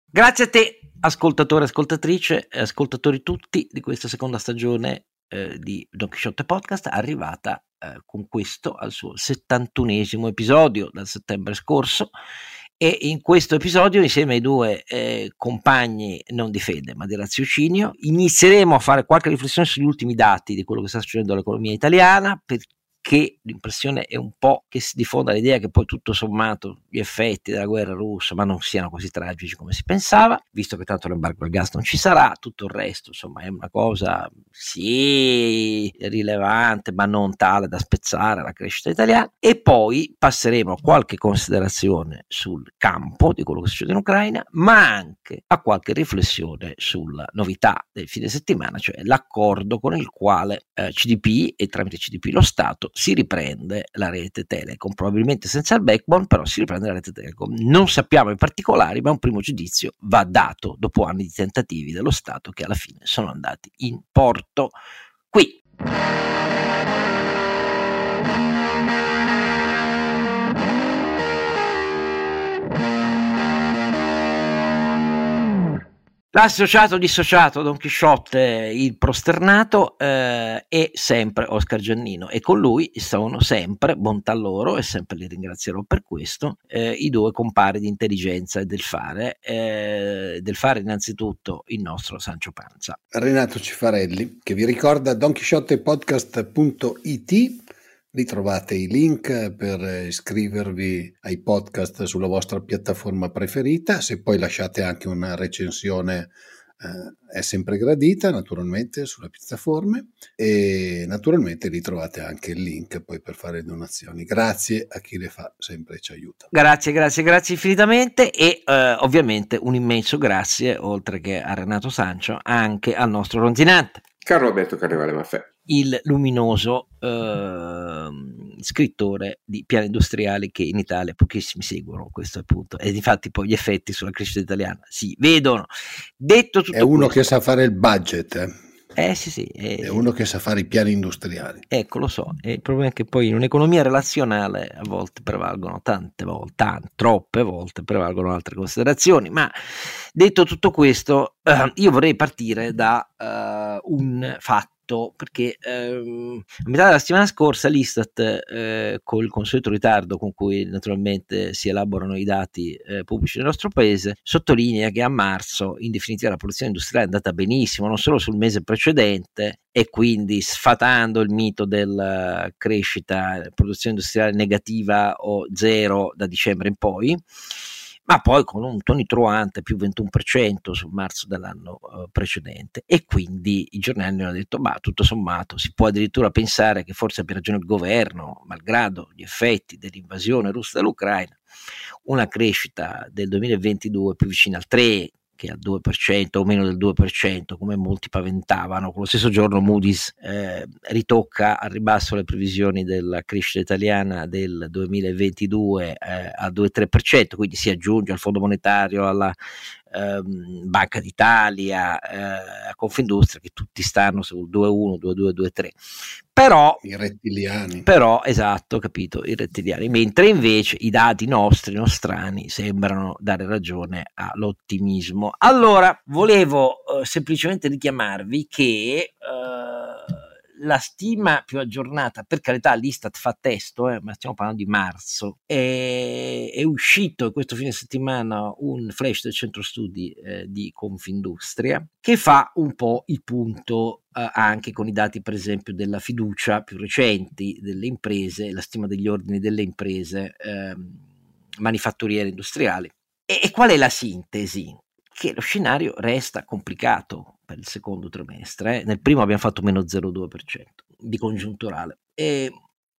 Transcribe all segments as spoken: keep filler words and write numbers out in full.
Grazie a te, ascoltatore, ascoltatrice, ascoltatori tutti di questa seconda stagione eh, di Don Chisciotte Podcast, arrivata eh, con questo al suo settantunesimo episodio dal settembre scorso. E in questo episodio, insieme ai due eh, compagni non di fede ma di raziocinio, inizieremo a fare qualche riflessione sugli ultimi dati di quello che sta succedendo all'economia italiana, perché l'impressione è un po' che si diffonda l'idea che poi tutto sommato gli effetti della guerra russa ma non siano così tragici come si pensava, visto che tanto l'embargo al gas non ci sarà, tutto il resto insomma è una cosa sì rilevante ma non tale da spezzare la crescita italiana. E poi passeremo a qualche considerazione sul campo di quello che succede in Ucraina, ma anche a qualche riflessione sulla novità del fine settimana, cioè l'accordo con il quale eh, C D P e tramite C D P lo Stato si riprende la rete Telecom, probabilmente senza il backbone, però si riprende la rete Telecom. Non sappiamo i particolari, ma un primo giudizio va dato dopo anni di tentativi dello Stato che alla fine sono andati in porto. Qui l'associato dissociato Don Chisciotte, il prosternato, eh, è sempre Oscar Giannino, e con lui sono sempre, bontà loro, e sempre li ringrazierò per questo, eh, i due compari di intelligenza e del fare. Eh, del fare innanzitutto il nostro Sancio Panza. Renato Cifarelli, che vi ricorda don chisciotte podcast punto it. Lì trovate i link per iscrivervi ai podcast sulla vostra piattaforma preferita. Se poi lasciate anche una recensione eh, è sempre gradita, naturalmente, sulle piattaforme, e naturalmente lì trovate anche il link poi per fare donazioni. Grazie a chi le fa, sempre ci aiuta. Grazie, grazie, grazie infinitamente, e eh, ovviamente un immenso grazie, oltre che a Renato Sancio, anche al nostro ronzinante Carlo Alberto Carnevale Maffè, il luminoso eh, scrittore di piani industriali che in Italia pochissimi seguono, questo è il punto, e difatti poi gli effetti sulla crescita italiana si vedono. Detto tutto è uno questo, che sa fare il budget, eh? Eh sì sì, è, è uno che sa fare i piani industriali. Ecco, lo so, e il problema è che poi in un'economia relazionale a volte prevalgono, tante volte, tante, troppe volte prevalgono altre considerazioni. Ma detto tutto questo, eh, io vorrei partire da eh, un fatto, perché ehm, a metà della settimana scorsa l'Istat, eh, col consueto ritardo con cui naturalmente si elaborano i dati eh, pubblici nel nostro paese, sottolinea che a marzo in definitiva la produzione industriale è andata benissimo, non solo sul mese precedente, e quindi sfatando il mito della crescita, produzione industriale negativa o zero da dicembre in poi, ma poi con un tonitruante più ventuno per cento sul marzo dell'anno uh, precedente. E quindi i giornali hanno detto, ma tutto sommato si può addirittura pensare che forse abbia ragione il governo, malgrado gli effetti dell'invasione russa dell'Ucraina, una crescita del duemilaventidue più vicina al tre che al due per cento o meno del due per cento, come molti paventavano. Quello stesso giorno Moody's eh, ritocca al ribasso le previsioni della crescita italiana del duemilaventidue eh, al due virgola tre per cento, quindi si aggiunge al Fondo Monetario, alla ehm, Banca d'Italia, eh, a Confindustria, che tutti stanno sul due virgola uno, due virgola due, due virgola tre. Però, i rettiliani. Però, esatto, capito, i rettiliani. Mentre invece i dati nostri, nostrani, sembrano dare ragione all'ottimismo. Allora, volevo uh, semplicemente richiamarvi che uh, la stima più aggiornata, per carità l'Istat fa testo, eh, ma stiamo parlando di marzo, è, è uscito questo fine settimana un flash del centro studi eh, di Confindustria che fa un po' il punto eh, anche con i dati per esempio della fiducia più recenti delle imprese, la stima degli ordini delle imprese eh, manifatturiere industriali. E, e qual è la sintesi? Che lo scenario resta complicato per il secondo trimestre. Eh. Nel primo abbiamo fatto meno zero virgola due per cento di congiunturale. E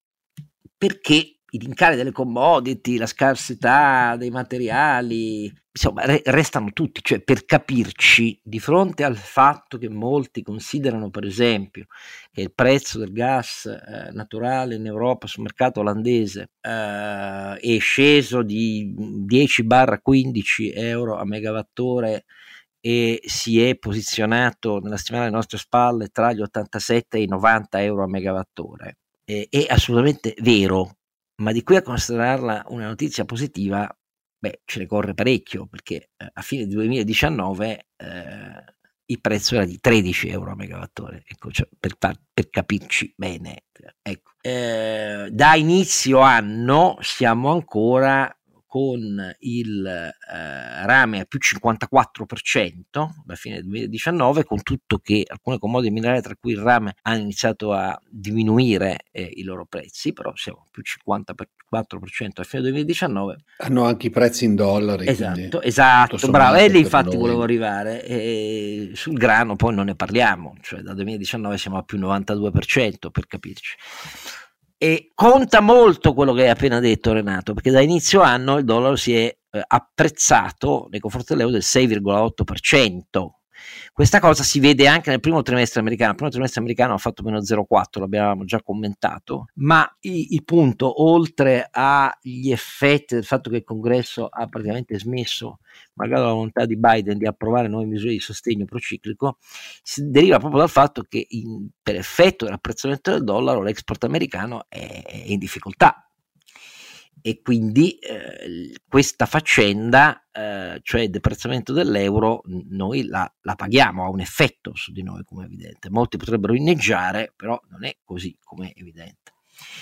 perché i rincari delle commodity, la scarsità dei materiali, insomma, re- restano tutti. Cioè, per capirci, di fronte al fatto che molti considerano, per esempio, che il prezzo del gas eh, naturale in Europa sul mercato olandese eh, è sceso di dieci quindici euro a megawattore e si è posizionato nella settimana alle nostre spalle tra gli ottantasette e i novanta euro a megawattore, eh, è assolutamente vero, ma di qui a considerarla una notizia positiva beh, ce ne corre parecchio, perché eh, a fine duemiladiciannove eh, il prezzo era di tredici euro a megawattora, ecco, cioè, per, far, per capirci bene. Ecco. Eh, da inizio anno siamo ancora con il eh, rame a più cinquantaquattro per cento alla fine del duemiladiciannove, con tutto che alcune commodity minerali, tra cui il rame, hanno iniziato a diminuire eh, i loro prezzi, però siamo più cinquantaquattro per cento alla fine del duemiladiciannove. Hanno anche i prezzi in dollari. Esatto, esatto, bravo, e lì infatti volevo arrivare. E sul grano poi non ne parliamo, cioè dal duemiladiciannove siamo a più novantadue per cento, per capirci. E conta molto quello che hai appena detto, Renato, perché da inizio anno il dollaro si è eh, apprezzato nei confronti dell'euro del sei virgola otto per cento. Questa cosa si vede anche nel primo trimestre americano. Il primo trimestre americano ha fatto meno zero virgola quattro, l'abbiamo già commentato, ma il, il punto, oltre agli effetti del fatto che il Congresso ha praticamente smesso, malgrado la volontà di Biden, di approvare nuove misure di sostegno prociclico, si deriva proprio dal fatto che in, per effetto dell'apprezzamento del dollaro l'export americano è, è in difficoltà. E quindi eh, questa faccenda, eh, cioè il deprezzamento dell'euro, noi la, la paghiamo, ha un effetto su di noi, come è evidente. Molti potrebbero inneggiare, però non è così, come è evidente.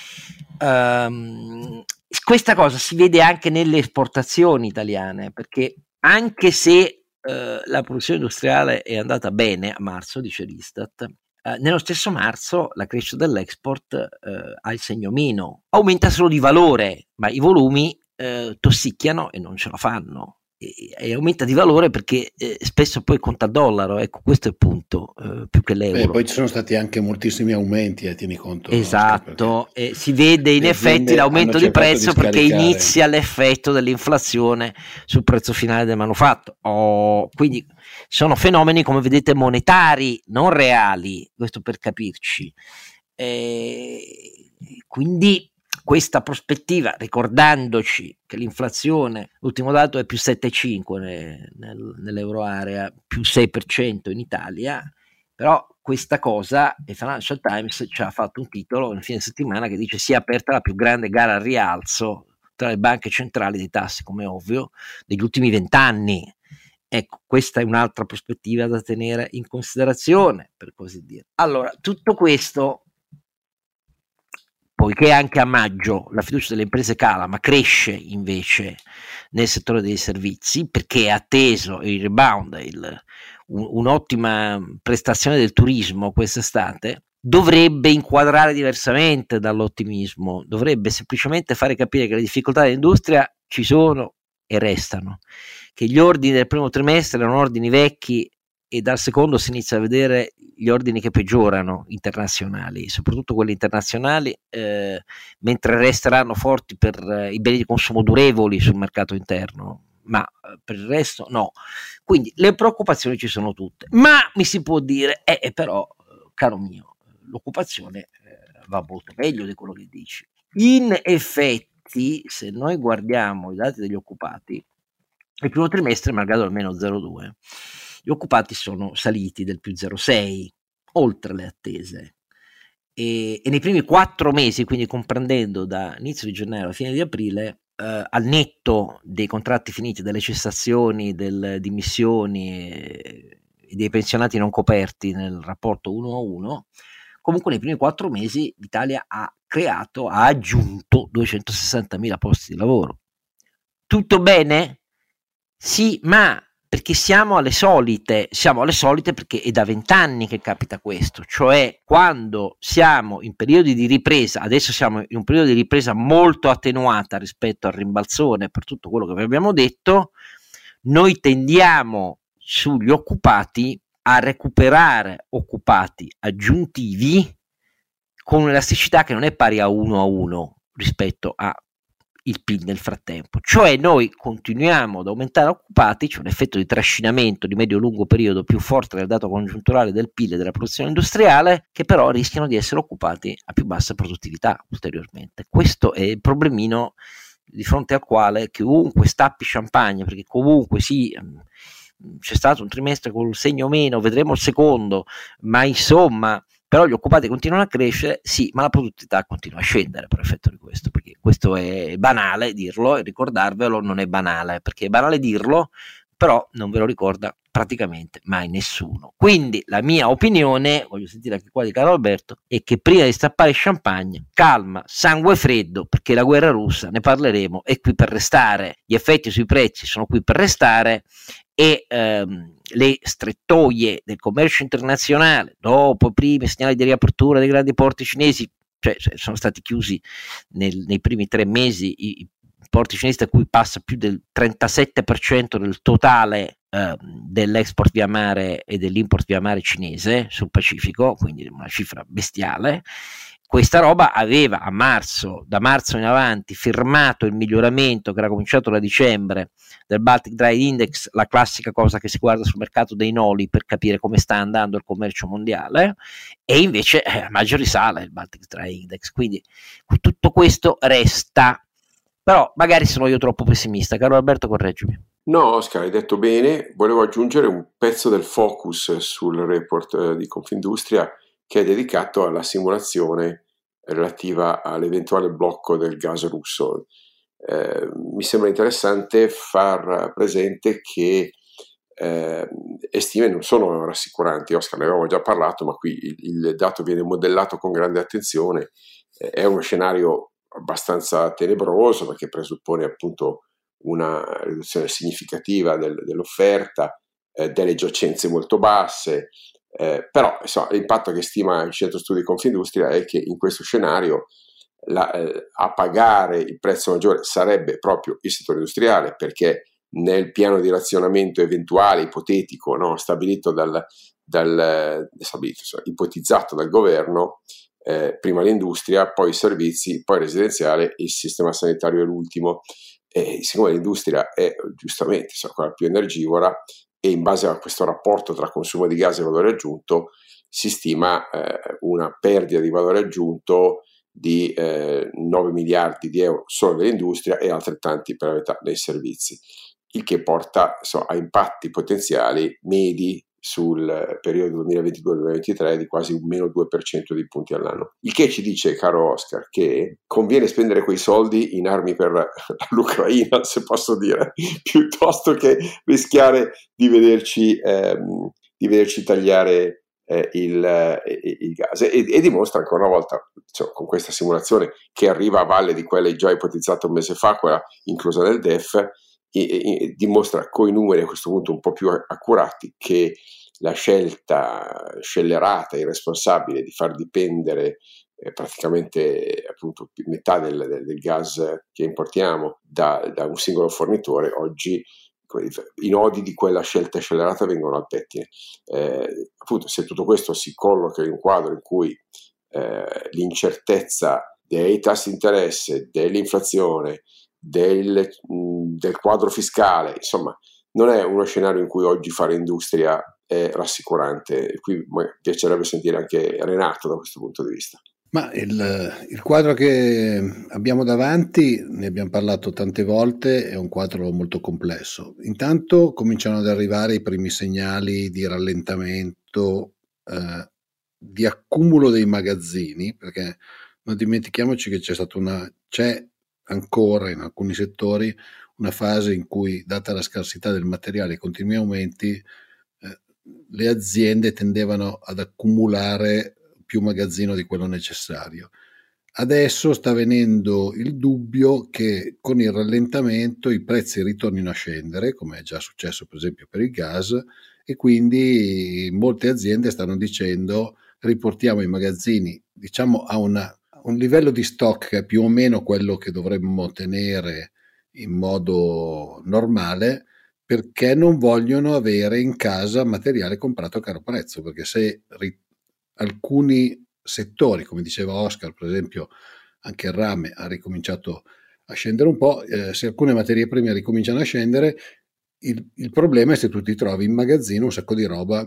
Um, questa cosa si vede anche nelle esportazioni italiane, perché anche se eh, la produzione industriale è andata bene a marzo, dice l'Istat, Uh, nello stesso marzo la crescita dell'export uh, ha il segno meno, aumenta solo di valore, ma i volumi uh, tossicchiano e non ce la fanno, e, e aumenta di valore perché eh, spesso poi conta il dollaro, ecco, questo è il punto, uh, più che l'euro. E poi ci sono stati anche moltissimi aumenti, eh, tieni conto. Esatto, e si vede in effetti l'aumento di prezzo di perché inizia l'effetto dell'inflazione sul prezzo finale del manufatto. Oh, quindi sono fenomeni, come vedete, monetari, non reali, questo per capirci. E quindi questa prospettiva, ricordandoci che l'inflazione, l'ultimo dato è più sette virgola cinque nel, nel, nell'euro area, più sei per cento in Italia, però questa cosa, il Financial Times ci ha fatto un titolo in fine settimana che dice: si è aperta la più grande gara al rialzo tra le banche centrali dei tassi, come ovvio, degli ultimi vent'anni. Ecco, questa è un'altra prospettiva da tenere in considerazione, per così dire. Allora, tutto questo, poiché anche a maggio la fiducia delle imprese cala, ma cresce invece nel settore dei servizi, perché è atteso il rebound, il, un, un'ottima prestazione del turismo quest'estate, dovrebbe inquadrare diversamente dall'ottimismo, dovrebbe semplicemente fare capire che le difficoltà dell'industria ci sono e restano, che gli ordini del primo trimestre erano ordini vecchi e dal secondo si inizia a vedere gli ordini che peggiorano internazionali, soprattutto quelli internazionali, eh, mentre resteranno forti per eh, i beni di consumo durevoli sul mercato interno, ma eh, per il resto no. Quindi le preoccupazioni ci sono tutte, ma mi si può dire, eh, eh, però, caro mio, l'occupazione eh, va molto meglio di quello che dici. In effetti, se noi guardiamo i dati degli occupati, il primo trimestre, malgrado almeno zero virgola due, gli occupati sono saliti del più zero virgola sei, oltre le attese, e, e nei primi quattro mesi, quindi comprendendo da inizio di gennaio a fine di aprile, eh, al netto dei contratti finiti, delle cessazioni, delle dimissioni e, e dei pensionati non coperti nel rapporto uno a uno, comunque nei primi quattro mesi l'Italia ha creato, ha aggiunto duecentosessantamila posti di lavoro. Tutto bene? Sì, ma perché siamo alle solite, siamo alle solite perché è da vent'anni che capita questo, cioè quando siamo in periodi di ripresa, adesso siamo in un periodo di ripresa molto attenuata rispetto al rimbalzone per tutto quello che vi abbiamo detto, noi tendiamo sugli occupati a recuperare occupati aggiuntivi con un'elasticità che non è pari a uno a uno rispetto a il P I L nel frattempo, cioè noi continuiamo ad aumentare occupati, c'è un effetto di trascinamento di medio-lungo periodo più forte del dato congiunturale del P I L e della produzione industriale, che però rischiano di essere occupati a più bassa produttività ulteriormente. Questo è il problemino di fronte al quale chiunque stappi champagne, perché comunque sì, c'è stato un trimestre con un segno meno, vedremo il secondo, ma insomma però gli occupati continuano a crescere, sì, ma la produttività continua a scendere per effetto di questo, perché questo è banale dirlo e ricordarvelo non è banale, perché è banale dirlo, però non ve lo ricorda praticamente mai nessuno. Quindi la mia opinione, voglio sentire anche qua di caro Alberto, è che prima di stappare champagne, calma, sangue freddo, perché la guerra russa, ne parleremo, è qui per restare, gli effetti sui prezzi sono qui per restare, e ehm, le strettoie del commercio internazionale dopo i primi segnali di riapertura dei grandi porti cinesi, cioè sono stati chiusi nel, nei primi tre mesi i, i porti cinesi, da cui passa più del trentasette per cento del totale eh, dell'export via mare e dell'import via mare cinese sul Pacifico, quindi una cifra bestiale. Questa roba aveva a marzo, da marzo in avanti, firmato il miglioramento che era cominciato da dicembre del Baltic Dry Index, la classica cosa che si guarda sul mercato dei noli per capire come sta andando il commercio mondiale, e invece eh, a maggio risale il Baltic Dry Index, quindi tutto questo resta. Però magari sono io troppo pessimista, caro Alberto, correggimi. No, Oscar, hai detto bene. Volevo aggiungere un pezzo del focus sul report di Confindustria che è dedicato alla simulazione relativa all'eventuale blocco del gas russo. Eh, mi sembra interessante far presente che eh, le stime non sono rassicuranti. Oscar, ne avevamo già parlato, ma qui il, il dato viene modellato con grande attenzione. Eh, è uno scenario abbastanza tenebroso perché presuppone appunto una riduzione significativa del, dell'offerta, eh, delle giacenze molto basse, eh, però insomma, l'impatto che stima il Centro Studi Confindustria è che in questo scenario la, eh, a pagare il prezzo maggiore sarebbe proprio il settore industriale, perché nel piano di razionamento eventuale, ipotetico, no, stabilito dal, dal stabilito, insomma, ipotizzato dal governo, Eh, prima l'industria, poi i servizi, poi il residenziale, il sistema sanitario è l'ultimo. E siccome l'industria è giustamente insomma, quella più energivora, e in base a questo rapporto tra consumo di gas e valore aggiunto si stima eh, una perdita di valore aggiunto di eh, nove miliardi di euro solo nell'industria e altrettanti per la metà nei servizi, il che porta insomma, a impatti potenziali medi sul periodo duemilaventidue duemilaventitré di quasi un meno due per cento di punti all'anno. Il che ci dice, caro Oscar, che conviene spendere quei soldi in armi per l'Ucraina, se posso dire, piuttosto che rischiare di vederci, ehm, di vederci tagliare eh, il, eh, il gas. E, e dimostra ancora una volta, cioè, con questa simulazione che arriva a valle di quella già ipotizzata un mese fa, quella inclusa nel D E F, E, e, dimostra coi numeri a questo punto un po' più accurati che la scelta scellerata e irresponsabile di far dipendere eh, praticamente appunto metà del, del, del gas che importiamo da, da un singolo fornitore oggi i nodi di quella scelta scellerata vengono al pettine. Eh, appunto, se tutto questo si colloca in un quadro in cui eh, l'incertezza dei tassi di interesse, dell'inflazione, Del, del quadro fiscale, insomma, non è uno scenario in cui oggi fare industria è rassicurante. E qui mi piacerebbe sentire anche Renato da questo punto di vista. Ma il, il quadro che abbiamo davanti, ne abbiamo parlato tante volte, è un quadro molto complesso. Intanto cominciano ad arrivare i primi segnali di rallentamento, eh, di accumulo dei magazzini, perché non dimentichiamoci che c'è stata una c'è ancora in alcuni settori una fase in cui, data la scarsità del materiale e i continui aumenti, eh, le aziende tendevano ad accumulare più magazzino di quello necessario. Adesso sta venendo il dubbio che con il rallentamento i prezzi ritornino a scendere, come è già successo per esempio per il gas, e quindi molte aziende stanno dicendo riportiamo i magazzini, diciamo, a una un livello di stock che è più o meno quello che dovremmo tenere in modo normale, perché non vogliono avere in casa materiale comprato a caro prezzo, perché se ri- alcuni settori, come diceva Oscar, per esempio anche il rame ha ricominciato a scendere un po', eh, se alcune materie prime ricominciano a scendere, il, il problema è se tu ti trovi in magazzino un sacco di roba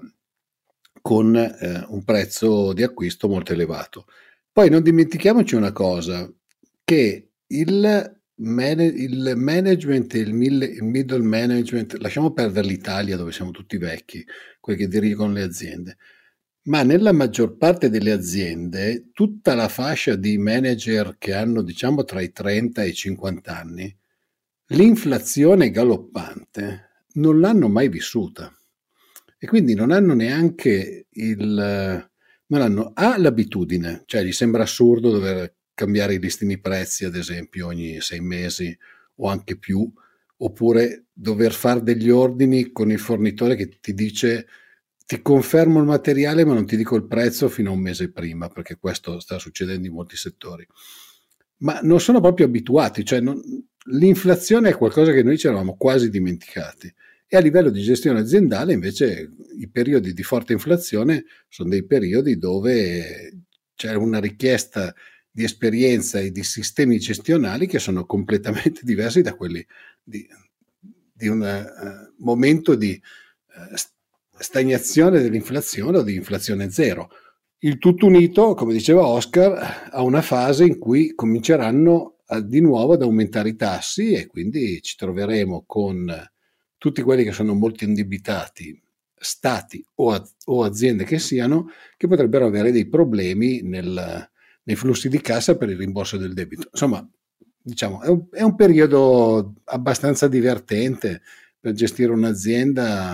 con eh, un prezzo di acquisto molto elevato. Poi non dimentichiamoci una cosa, che il, man- il management e il, mil- il middle management, lasciamo perdere l'Italia dove siamo tutti vecchi, quelli che dirigono le aziende, ma nella maggior parte delle aziende tutta la fascia di manager che hanno, diciamo, tra i trenta e i cinquanta anni, l'inflazione galoppante non l'hanno mai vissuta e quindi non hanno neanche il non hanno A, l'abitudine, cioè gli sembra assurdo dover cambiare i listini prezzi ad esempio ogni sei mesi o anche più, oppure dover fare degli ordini con il fornitore che ti dice ti confermo il materiale ma non ti dico il prezzo fino a un mese prima, perché questo sta succedendo in molti settori. Ma non sono proprio abituati, cioè non, l'inflazione è qualcosa che noi ci eravamo quasi dimenticati. E a livello di gestione aziendale invece i periodi di forte inflazione sono dei periodi dove c'è una richiesta di esperienza e di sistemi gestionali che sono completamente diversi da quelli di, di un uh, momento di uh, stagnazione dell'inflazione o di inflazione zero. Il tutto unito, come diceva Oscar, a una fase in cui cominceranno a, di nuovo ad aumentare i tassi e quindi ci troveremo con tutti quelli che sono molto indebitati, stati o, a, o aziende che siano, che potrebbero avere dei problemi nel, nei flussi di cassa per il rimborso del debito. Insomma, diciamo, è un, è un periodo abbastanza divertente per gestire un'azienda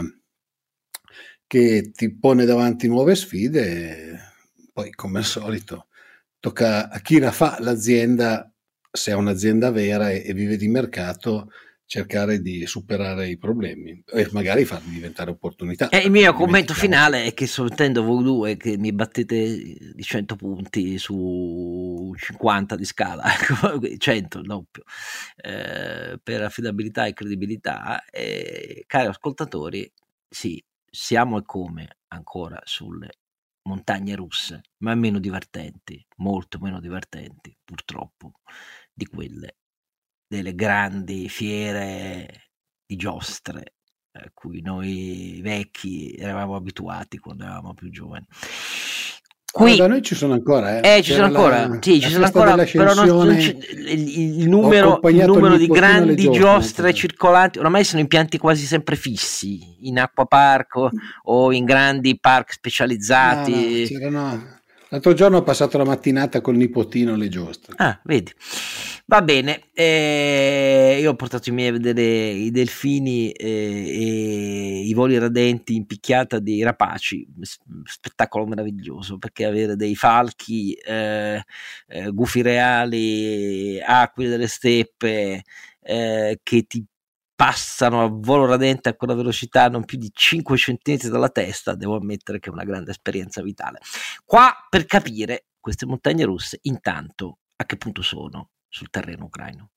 che ti pone davanti nuove sfide. Poi, come al solito, tocca a chi la fa l'azienda, se è un'azienda vera e, e vive di mercato, cercare di superare i problemi e magari farli diventare opportunità. E il mio commento finale è che soltanto voi due che mi battete di cento punti su cinquanta di scala, cento doppio, eh, per affidabilità e credibilità, eh, cari ascoltatori, sì, siamo e come ancora sulle montagne russe, ma meno divertenti, molto meno divertenti purtroppo di quelle delle grandi fiere di giostre a cui noi vecchi eravamo abituati quando eravamo più giovani. Qui, oh, da noi ci sono ancora, eh, eh ci sono ancora, la, sì, ci sono ancora, però non, non il, il numero, il numero di grandi giostre, giostre circolanti oramai sono impianti quasi sempre fissi in acquapark o, o in grandi park specializzati. No, no, c'erano... L'altro giorno ho passato la mattinata col nipotino alle giostre. Ah, vedi. Va bene, eh, io ho portato i miei a vedere i delfini eh, e i voli radenti in picchiata di rapaci, spettacolo meraviglioso, perché avere dei falchi, eh, eh, gufi reali, aquile delle steppe eh, che ti passano a volo radente a quella velocità non più di cinque centimetri dalla testa, devo ammettere che è una grande esperienza vitale. Qua per capire queste montagne russe intanto a che punto sono sul terreno ucraino.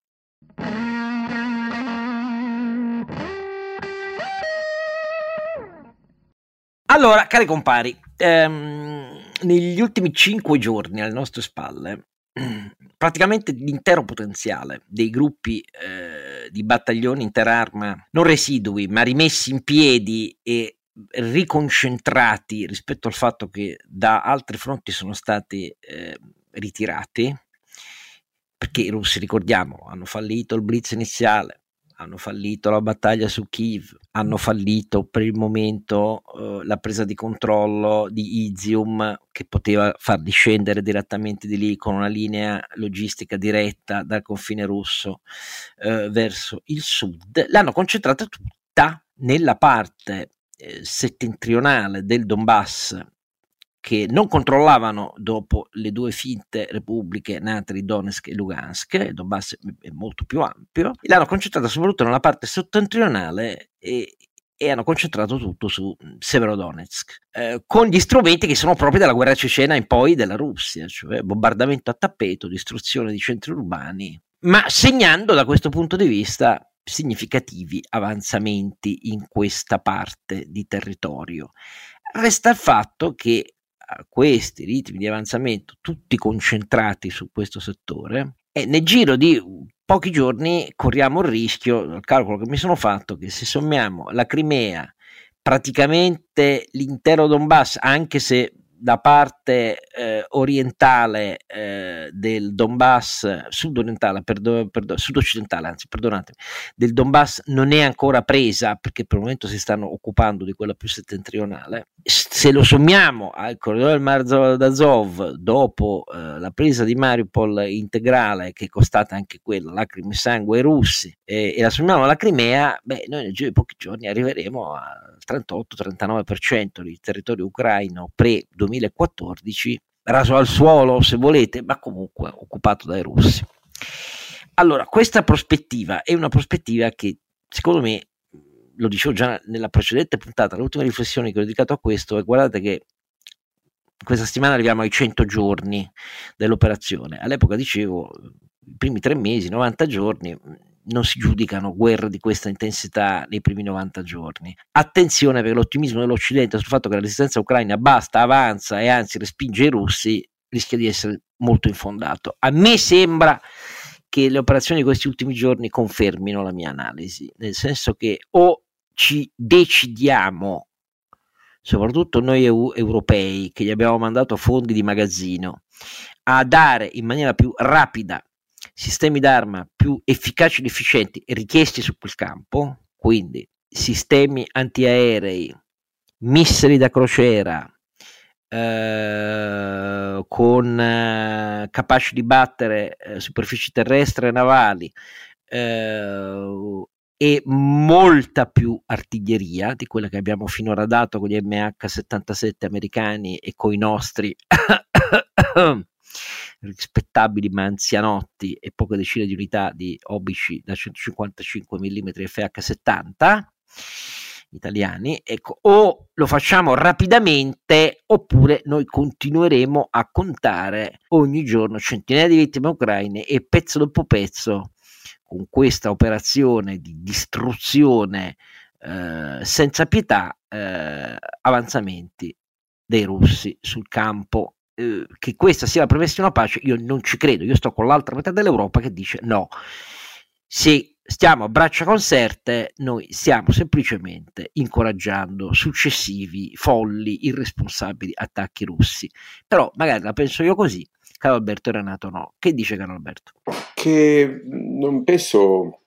Allora, cari compari, ehm, negli ultimi cinque giorni alle nostre spalle praticamente l'intero potenziale dei gruppi eh, di battaglioni interarma non residui ma rimessi in piedi e riconcentrati rispetto al fatto che da altri fronti sono stati eh, ritirati, perché i russi, ricordiamo, hanno fallito il blitz iniziale, hanno fallito la battaglia su Kiev, hanno fallito per il momento eh, la presa di controllo di Izium, che poteva far discendere direttamente di lì con una linea logistica diretta dal confine russo eh, verso il sud. L'hanno concentrata tutta nella parte eh, settentrionale del Donbass, che non controllavano dopo le due finte repubbliche nate di Donetsk e Lugansk. Il Donbass è molto più ampio, e l'hanno concentrata soprattutto nella parte settentrionale e, e hanno concentrato tutto su Severodonetsk, eh, con gli strumenti che sono propri della guerra cecena in poi della Russia, cioè bombardamento a tappeto, distruzione di centri urbani, ma segnando da questo punto di vista significativi avanzamenti in questa parte di territorio. Resta il fatto che a questi ritmi di avanzamento, tutti concentrati su questo settore, e nel giro di pochi giorni corriamo il rischio, dal calcolo che mi sono fatto, che se sommiamo la Crimea, praticamente l'intero Donbass, anche se da parte parte eh, orientale eh, del Donbass, sud-orientale, perdo, perdo, sud-occidentale, anzi, perdonatemi, del Donbass non è ancora presa, perché per il momento si stanno occupando di quella più settentrionale. Se lo sommiamo al corridoio del Mar d'Azov, dopo eh, la presa di Mariupol integrale, che è costata anche quella lacrime e sangue ai russi, e, e la sommiamo alla Crimea, beh, noi nel giro di pochi giorni arriveremo al trentotto trentanove per cento di territorio ucraino pre duemilaquattordici, raso al suolo se volete, ma comunque occupato dai russi. Allora, questa prospettiva è una prospettiva che secondo me, lo dicevo già nella precedente puntata, l'ultima riflessione che ho dedicato a questo è: guardate che questa settimana arriviamo ai cento giorni dell'operazione. All'epoca dicevo, i primi tre mesi, novanta giorni, non si giudicano guerre di questa intensità nei primi novanta giorni. Attenzione, perché l'ottimismo dell'Occidente sul fatto che la resistenza ucraina basta, avanza e anzi respinge i russi rischia di essere molto infondato. A me sembra che le operazioni di questi ultimi giorni confermino la mia analisi, nel senso che o ci decidiamo, soprattutto noi eu- europei che gli abbiamo mandato fondi di magazzino, a dare in maniera più rapida sistemi d'arma più efficaci ed efficienti richiesti su quel campo, quindi sistemi antiaerei, missili da crociera, eh, con eh, capaci di battere eh, superfici terrestri e navali, eh, e molta più artiglieria di quella che abbiamo finora dato con gli M H settantasette americani e con i nostri rispettabili ma anzianotti e poche decine di unità di obici da centocinquantacinque millimetri F H settanta italiani. Ecco, o lo facciamo rapidamente oppure noi continueremo a contare ogni giorno centinaia di vittime ucraine e pezzo dopo pezzo, con questa operazione di distruzione eh, senza pietà, eh, avanzamenti dei russi sul campo. Eh, che questa sia la promessa di una pace, io non ci credo. Io sto con l'altra metà dell'Europa che dice no. Se stiamo a braccia conserte, noi stiamo semplicemente incoraggiando successivi, folli, irresponsabili attacchi russi. Però magari la penso io così, caro Alberto e Renato no. Che dice caro Alberto? Che non penso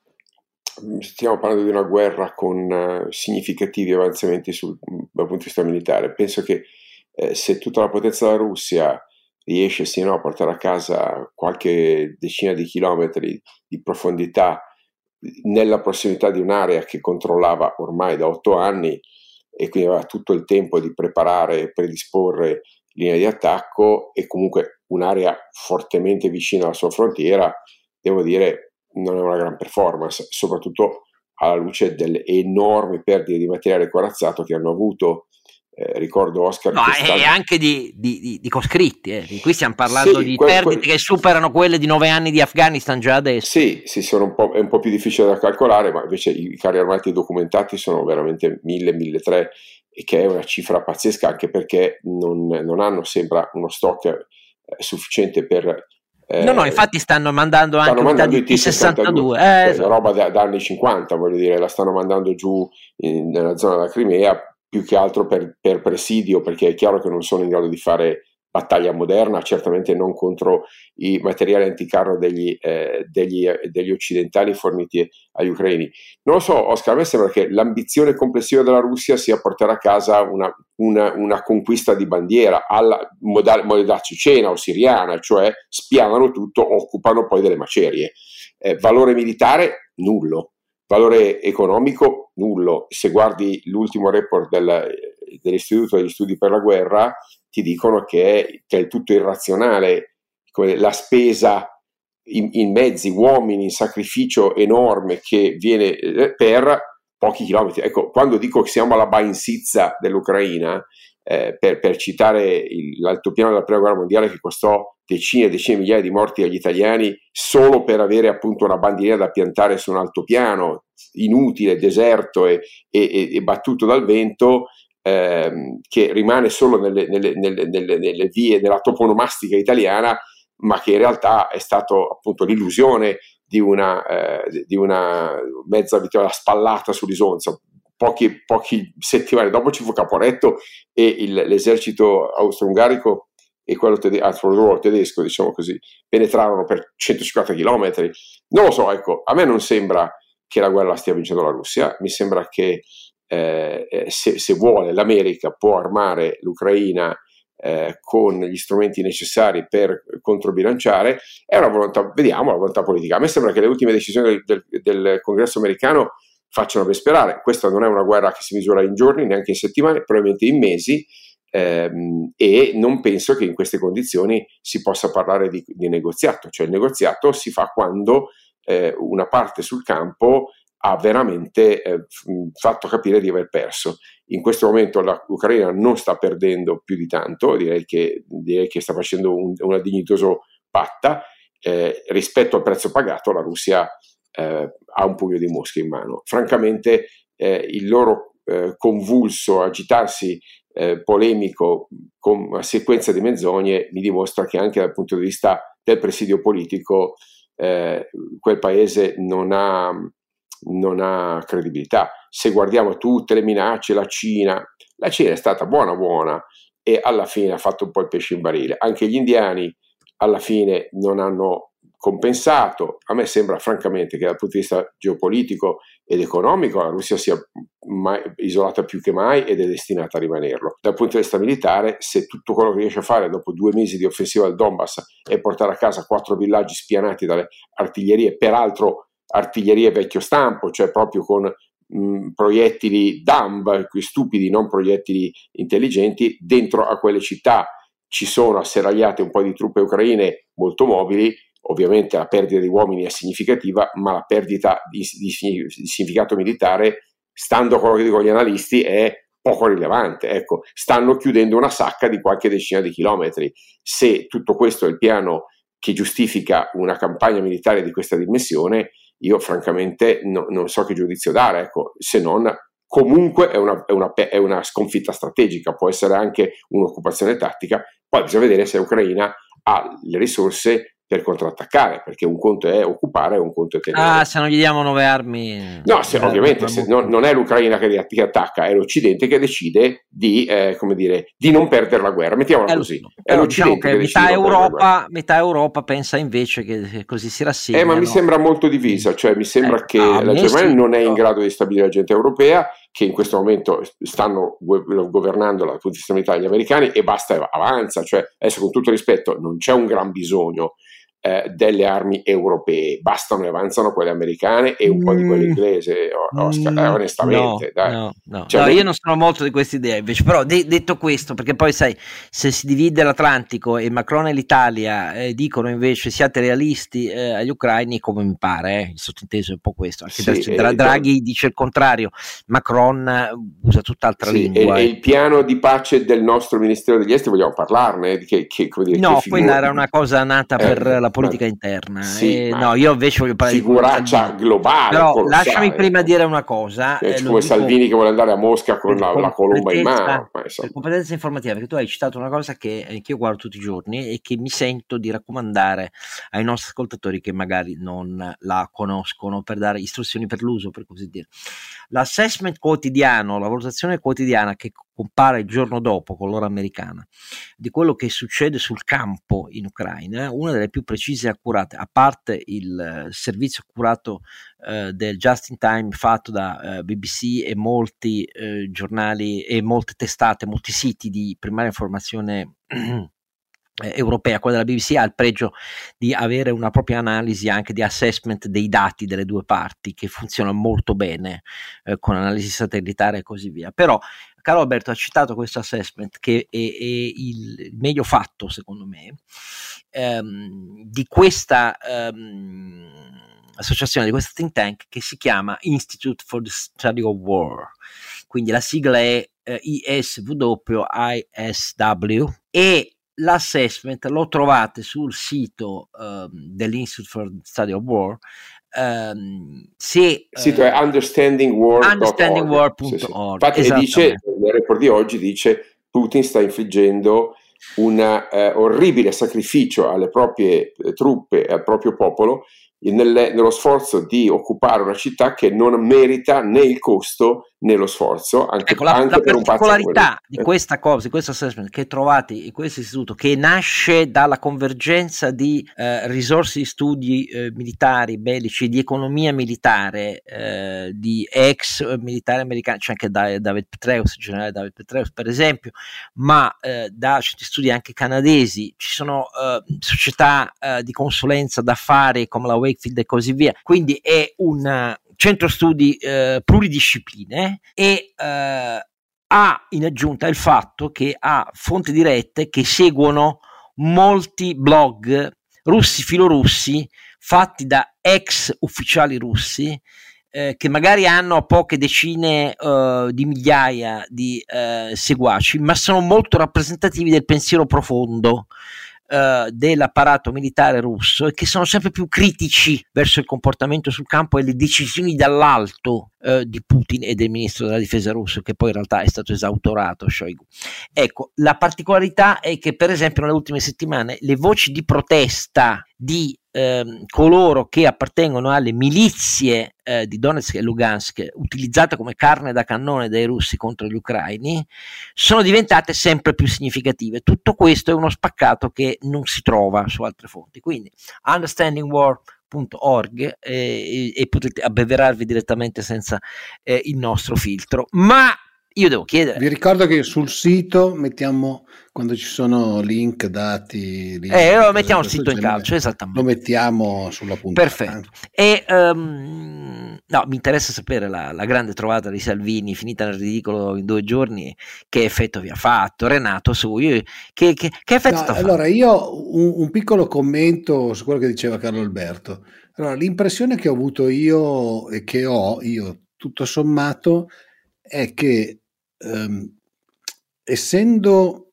stiamo parlando di una guerra con uh, significativi avanzamenti sul, dal punto di vista militare. Penso che eh, se tutta la potenza della Russia riesce sì, no, a portare a casa qualche decina di chilometri di profondità nella prossimità di un'area che controllava ormai da otto anni e quindi aveva tutto il tempo di preparare e predisporre linee di attacco, e comunque un'area fortemente vicina alla sua frontiera, devo dire non è una gran performance, soprattutto alla luce delle enormi perdite di materiale corazzato che hanno avuto. Eh, ricordo Oscar no, e stato... anche di, di, di, di coscritti, eh. Qui stiamo parlando sì, di quel, perdite quel... che superano quelle di nove anni di Afghanistan già adesso. Sì, sì, sono un po', è un po' più difficile da calcolare, ma invece i carri armati documentati sono veramente mille, mille tre, e che è una cifra pazzesca, anche perché non, non hanno sembra uno stock eh, sufficiente per... Eh, no, no, infatti stanno mandando stanno anche mandando i T sessantadue, eh, esatto. La roba da, da anni cinquanta, voglio dire, la stanno mandando giù in, nella zona della Crimea, più che altro per, per presidio, perché è chiaro che non sono in grado di fare battaglia moderna, certamente non contro i materiali anticarro degli, eh, degli, degli occidentali forniti agli ucraini. Non lo so, Oscar, a me sembra che l'ambizione complessiva della Russia sia portare a casa una, una, una conquista di bandiera alla modalità cecena o siriana, cioè spianano tutto, occupano poi delle macerie. Eh, valore militare? Nullo. Valore economico? Nullo. Se guardi l'ultimo report del, dell'Istituto degli Studi per la Guerra, ti dicono che è del tutto irrazionale la spesa in, in mezzi, uomini, in sacrificio enorme che viene per pochi chilometri. Ecco, quando dico che siamo alla Bainsizza dell'Ucraina, eh, per, per citare il, l'altopiano della prima guerra mondiale che costò decine e decine di migliaia di morti agli italiani solo per avere appunto una bandierina da piantare su un altopiano inutile, deserto e, e, e battuto dal vento, ehm, che rimane solo nelle, nelle, nelle, nelle, nelle vie della toponomastica italiana, ma che in realtà è stato appunto l'illusione di una, eh, di una mezza vittoria spallata sull'Isonzo. Pochi, pochi settimane dopo ci fu Caporetto e il, l'esercito austro-ungarico e quello, tede- ah, quello tedesco, diciamo così, penetrarono per centocinquanta chilometri. Non lo so, ecco, a me non sembra che la guerra la stia vincendo la Russia, mi sembra che eh, se, se vuole l'America può armare l'Ucraina eh, con gli strumenti necessari per controbilanciare. È una volontà, vediamo la volontà politica. A me sembra che le ultime decisioni del, del, del Congresso americano facciano ben sperare. Questa non è una guerra che si misura in giorni, neanche in settimane, probabilmente in mesi, ehm, e non penso che in queste condizioni si possa parlare di, di negoziato. Cioè il negoziato si fa quando eh, una parte sul campo ha veramente eh, fatto capire di aver perso. In questo momento la, l'Ucraina non sta perdendo più di tanto, direi che, direi che sta facendo un, una dignitosa patta. Eh, rispetto al prezzo pagato, la Russia eh, ha un pugno di mosche in mano. Francamente eh, il loro eh, convulso agitarsi eh, polemico con una sequenza di menzogne mi dimostra che anche dal punto di vista del presidio politico eh, quel paese non ha non ha credibilità. Se guardiamo tutte le minacce, la Cina, la Cina è stata buona buona e alla fine ha fatto un po' il pesce in barile. Anche gli indiani alla fine non hanno compensato. A me sembra francamente che dal punto di vista geopolitico ed economico la Russia sia mai, isolata più che mai ed è destinata a rimanerlo. Dal punto di vista militare, se tutto quello che riesce a fare dopo due mesi di offensiva al Donbass è portare a casa quattro villaggi spianati dalle artiglierie, peraltro artiglierie vecchio stampo, cioè proprio con mh, proiettili D A M B, stupidi, non proiettili intelligenti, dentro a quelle città ci sono asserragliate un po' di truppe ucraine molto mobili. Ovviamente la perdita di uomini è significativa, ma la perdita di, di, di significato militare, stando a quello che dicono gli analisti, è poco rilevante. Ecco, stanno chiudendo una sacca di qualche decina di chilometri. Se tutto questo è il piano che giustifica una campagna militare di questa dimensione, io francamente no, non so che giudizio dare, ecco, se non comunque è una, è, una, è una sconfitta strategica, può essere anche un'occupazione tattica, poi bisogna vedere se l'Ucraina ha le risorse per contrattaccare, perché un conto è occupare e un conto è tenere. Ah, se non gli diamo nuove armi... No, se, ovviamente se, no, non è l'Ucraina che, che attacca, è l'Occidente che decide di, eh, come dire, di non perdere la guerra, mettiamola è così. Lo, è l'Occidente diciamo che, che metà Europa, metà Europa pensa invece che così si rassegna. Eh, ma mi sembra molto divisa, cioè mi sembra eh, che ah, la Germania sì, non è in grado di stabilire l'agenda europea, che in questo momento stanno governando dal punto di vista militare gli americani, e basta, avanza, cioè adesso con tutto rispetto non c'è un gran bisogno Eh, delle armi europee, bastano e avanzano quelle americane e un mm. po' di quelle inglesi, Oscar, eh, onestamente. No, dai. no, no. Cioè, no non... io non sono molto di questa idea invece, però de- detto questo, perché poi sai, se si divide l'Atlantico e Macron e l'Italia eh, dicono invece siate realisti eh, agli ucraini, come mi pare, eh, il sottinteso è un po' questo, anche sì, Dra- Draghi do... dice il contrario, Macron usa tutt'altra sì, lingua. E, e il piano di pace del nostro Ministero degli Esteri, vogliamo parlarne? Che, che, come dire, no, che figura... quella era una cosa nata eh, per la politica ma, interna. Sì, eh, no, io invece voglio parlare figuraccia di globale. Però colossale. Lasciami prima dire una cosa. Eh, eh, come dico, Salvini che vuole andare a Mosca con la, la colomba in mano. Ma per competenza informativa, perché tu hai citato una cosa che, che io guardo tutti i giorni e che mi sento di raccomandare ai nostri ascoltatori che magari non la conoscono, per dare istruzioni per l'uso, per così dire. L'assessment quotidiano, la valutazione quotidiana che compare il giorno dopo con l'ora americana di quello che succede sul campo in Ucraina, una delle più precise e accurate, a parte il uh, servizio accurato uh, del Just in Time fatto da uh, B B C e molti uh, giornali e molte testate, molti siti di primaria informazione europea. Quella della B B C ha il pregio di avere una propria analisi anche di assessment dei dati delle due parti, che funziona molto bene eh, con analisi satellitare e così via. Però caro Alberto ha citato questo assessment che è, è il meglio fatto secondo me ehm, di questa ehm, associazione, di questa think tank che si chiama Institute for the Study of War, quindi la sigla è eh, I S W I S W, e l'assessment lo trovate sul sito um, dell'Institute for the Study of War. Um, se, il sito uh, è understanding war understanding punto org. war punto org. Sì, sì. Infatti dice, nel report di oggi dice Putin sta infliggendo un eh, orribile sacrificio alle proprie eh, truppe e al proprio popolo nelle, nello sforzo di occupare una città che non merita né il costo nello sforzo, anche, ecco, la, anche la per un particolarità di eh. questa cosa, di questo assessment che trovate in questo istituto, che nasce dalla convergenza di eh, risorse di studi eh, militari, bellici, di economia militare, eh, di ex militari americani, c'è anche da, David Petraeus, il generale David Petraeus per esempio, ma eh, da certi studi anche canadesi, ci sono eh, società eh, di consulenza d'affari come la Wakefield e così via, quindi è un centro studi eh, pluridiscipline e eh, ha in aggiunta il fatto che ha fonti dirette che seguono molti blog russi, filorussi, fatti da ex ufficiali russi eh, che magari hanno poche decine eh, di migliaia di eh, seguaci, ma sono molto rappresentativi del pensiero profondo Uh, dell'apparato militare russo e che sono sempre più critici verso il comportamento sul campo e le decisioni dall'alto uh, di Putin e del ministro della difesa russo, che poi in realtà è stato esautorato, Shoigu. Ecco, la particolarità è che per esempio nelle ultime settimane le voci di protesta di ehm, coloro che appartengono alle milizie eh, di Donetsk e Lugansk, utilizzate come carne da cannone dai russi contro gli ucraini, sono diventate sempre più significative. Tutto questo è uno spaccato che non si trova su altre fonti, quindi understanding war punto org eh, e, e potete abbeverarvi direttamente senza eh, il nostro filtro. Ma io devo chiedere, vi ricordo che sul sito mettiamo, quando ci sono link, dati, link, eh, lo mettiamo il sito in calcio, lo esattamente, mettiamo sulla puntata. Perfetto. E um, no, mi interessa sapere la, la grande trovata di Salvini finita nel ridicolo in due giorni, che effetto vi ha fatto, Renato, su io, che, che, che effetto no, sta allora io un, un piccolo commento su quello che diceva Carlo Alberto. Allora, l'impressione che ho avuto io e che ho io tutto sommato è che Um, essendo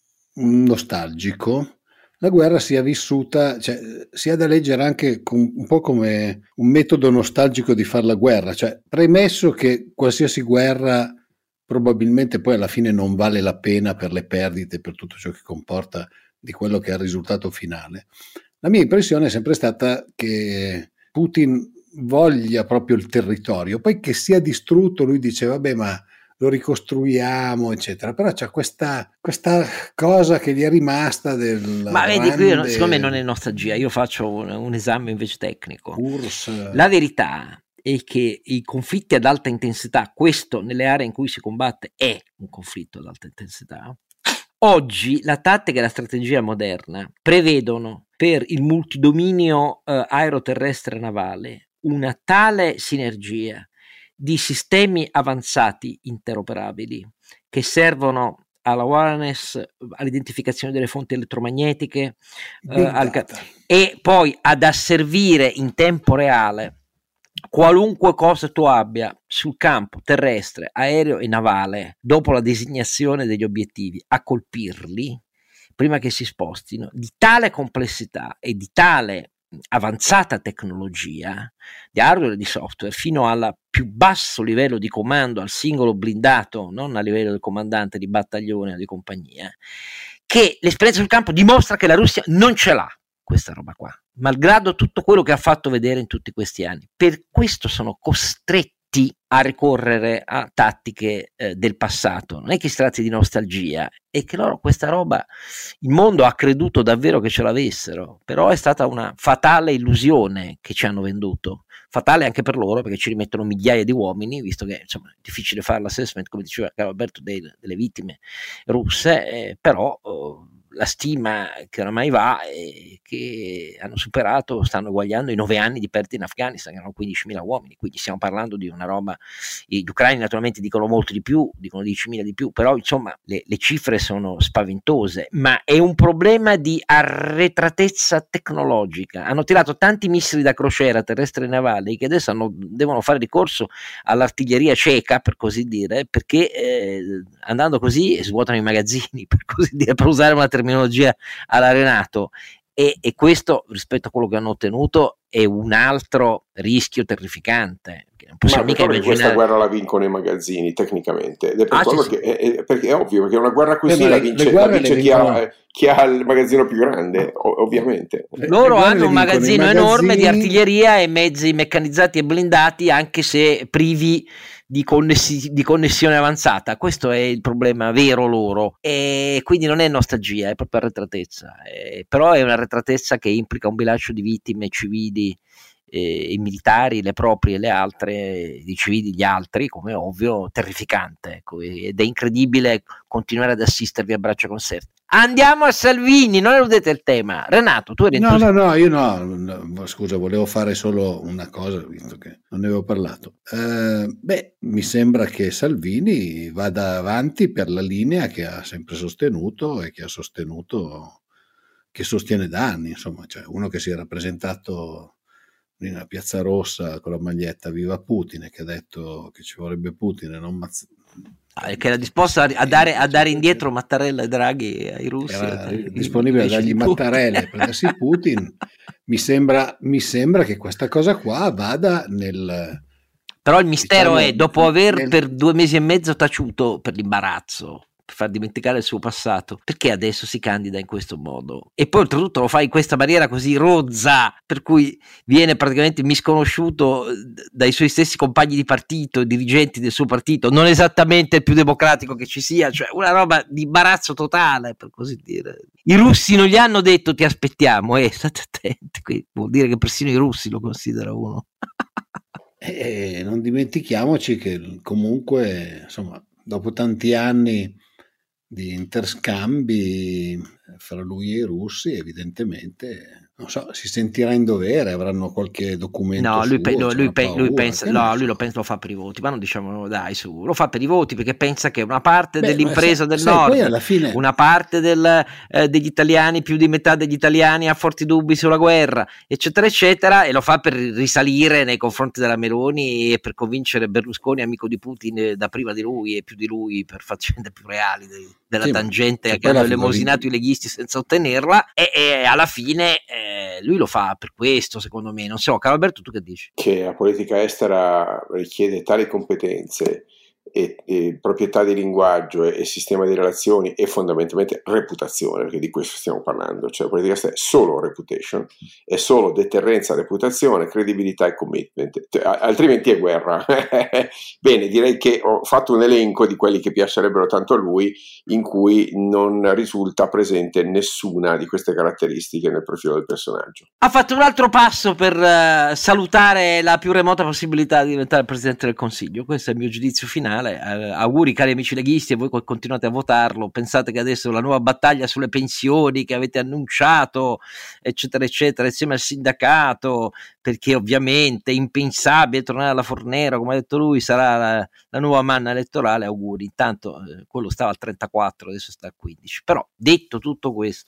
nostalgico, la guerra sia vissuta, cioè sia da leggere anche con, un po' come un metodo nostalgico di fare la guerra, cioè premesso che qualsiasi guerra probabilmente poi alla fine non vale la pena per le perdite, per tutto ciò che comporta di quello che è il risultato finale. La mia impressione è sempre stata che Putin voglia proprio il territorio, poi che sia distrutto, lui dice vabbè ma lo ricostruiamo eccetera, però c'è questa, questa cosa che gli è rimasta del ma grande... vedi, qui secondo me non è nostalgia, io faccio un, un esame invece tecnico. Urs. La verità è che i conflitti ad alta intensità, questo nelle aree in cui si combatte è un conflitto ad alta intensità. Oggi la tattica e la strategia moderna prevedono per il multidominio eh, aeroterrestre navale una tale sinergia di sistemi avanzati interoperabili che servono alla awareness, all'identificazione delle fonti elettromagnetiche eh, al, e poi ad asservire in tempo reale qualunque cosa tu abbia sul campo terrestre, aereo e navale dopo la designazione degli obiettivi, a colpirli prima che si spostino, di tale complessità e di tale avanzata tecnologia di hardware e di software fino al più basso livello di comando al singolo blindato, non a livello del comandante di battaglione o di compagnia, che l'esperienza sul campo dimostra che la Russia non ce l'ha questa roba qua, malgrado tutto quello che ha fatto vedere in tutti questi anni. Per questo sono costretti a ricorrere a tattiche eh, del passato. Non è che si tratti di nostalgia, è che loro questa roba, il mondo ha creduto davvero che ce l'avessero, però è stata una fatale illusione che ci hanno venduto, fatale anche per loro perché ci rimettono migliaia di uomini, visto che insomma è difficile fare l'assessment, come diceva Carlo Alberto, dei, delle vittime russe, eh, però oh, la stima che oramai va è che hanno superato, stanno eguagliando i nove anni di perdite in Afghanistan, che erano quindicimila uomini, quindi stiamo parlando di una roba, gli ucraini naturalmente dicono molto di più, dicono diecimila di più, però insomma le, le cifre sono spaventose, ma è un problema di arretratezza tecnologica. Hanno tirato tanti missili da crociera terrestre e navali che adesso hanno, devono fare ricorso all'artiglieria cieca, per così dire, perché eh, andando così svuotano i magazzini, per così dire, per usare una terminologia alla Renato, e, e questo rispetto a quello che hanno ottenuto è un altro rischio terrificante. Non possiamo ma mica immaginare... questa guerra la vincono i magazzini tecnicamente, ed è per ah, quello sì, che sì. È, è, perché è ovvio, perché una guerra così eh, la le, vince, le la vince chi, vincono... ha, chi ha il magazzino più grande, ovviamente. Le, loro le hanno un magazzino magazzini... enorme di artiglieria e mezzi meccanizzati e blindati, anche se privi di, connessi- di connessione avanzata. Questo è il problema vero loro, e quindi non è nostalgia, è proprio arretratezza, eh, però è un'arretratezza che implica un bilancio di vittime civili e i militari, le proprie e le altre, i civili gli altri, come ovvio, terrificante, ecco, ed è incredibile continuare ad assistervi a braccia conserte. Andiamo a Salvini, non eludete il tema. Renato, tu eri no no no io no, no scusa, volevo fare solo una cosa, visto che non ne avevo parlato. Eh, beh, mi sembra che Salvini vada avanti per la linea che ha sempre sostenuto e che ha sostenuto, che sostiene da anni, insomma, cioè uno che si è rappresentato in una Piazza Rossa con la maglietta Viva Putin e che ha detto che ci vorrebbe Putin e non Mazz- ah, che era disposto a, a, dare, a dare indietro Mattarella e Draghi ai russi, era disponibile a dargli Mattarella e prendersi Putin. mi sembra mi sembra che questa cosa qua vada nel, però il mistero diciamo, è dopo aver nel... per due mesi e mezzo taciuto per l'imbarazzo, per far dimenticare il suo passato, perché adesso si candida in questo modo e poi oltretutto lo fa in questa maniera così rozza, per cui viene praticamente misconosciuto dai suoi stessi compagni di partito, dirigenti del suo partito, non esattamente il più democratico che ci sia, cioè una roba di imbarazzo totale, per così dire. I russi non gli hanno detto ti aspettiamo, eh, state attenti, qui vuol dire che persino i russi lo considerano uno. E non dimentichiamoci che comunque, insomma, dopo tanti anni di interscambi fra lui e i russi, evidentemente non so, si sentirà in dovere, avranno qualche documento no, lui, suo, pe- no, lui, pe- paura, lui pensa no, so. lui lo, pensa, lo fa per i voti, ma non diciamo dai su, lo fa per i voti perché pensa che una parte Beh, dell'impresa sai, del sai, nord, alla fine... una parte del, eh, degli italiani, più di metà degli italiani ha forti dubbi sulla guerra, eccetera eccetera, e lo fa per risalire nei confronti della Meloni e per convincere Berlusconi, amico di Putin da prima di lui e più di lui, per faccende più reali dei, della sì, tangente che hanno elemosinato i leghisti senza ottenerla, e, e alla fine eh, lui lo fa per questo, secondo me. Non so, Carlo Alberto, tu che dici? Che la politica estera richiede tali competenze e, e proprietà di linguaggio e, e sistema di relazioni e fondamentalmente reputazione, perché di questo stiamo parlando, cioè la politica estera è solo reputation, è solo deterrenza, reputazione, credibilità e commitment, cioè, altrimenti è guerra. Bene, direi che ho fatto un elenco di quelli che piacerebbero tanto a lui, in cui non risulta presente nessuna di queste caratteristiche nel profilo del personaggio. Ha fatto un altro passo per uh, salutare la più remota possibilità di diventare Presidente del Consiglio. Questo è il mio giudizio finale. Uh, auguri cari amici leghisti, e voi continuate a votarlo. Pensate che adesso la nuova battaglia sulle pensioni che avete annunciato, eccetera eccetera, insieme al sindacato, perché ovviamente è impensabile tornare alla Fornero, come ha detto lui, sarà la, la nuova manna elettorale. Auguri. Intanto eh, quello stava al trentaquattro, adesso sta al quindici. Però detto tutto questo,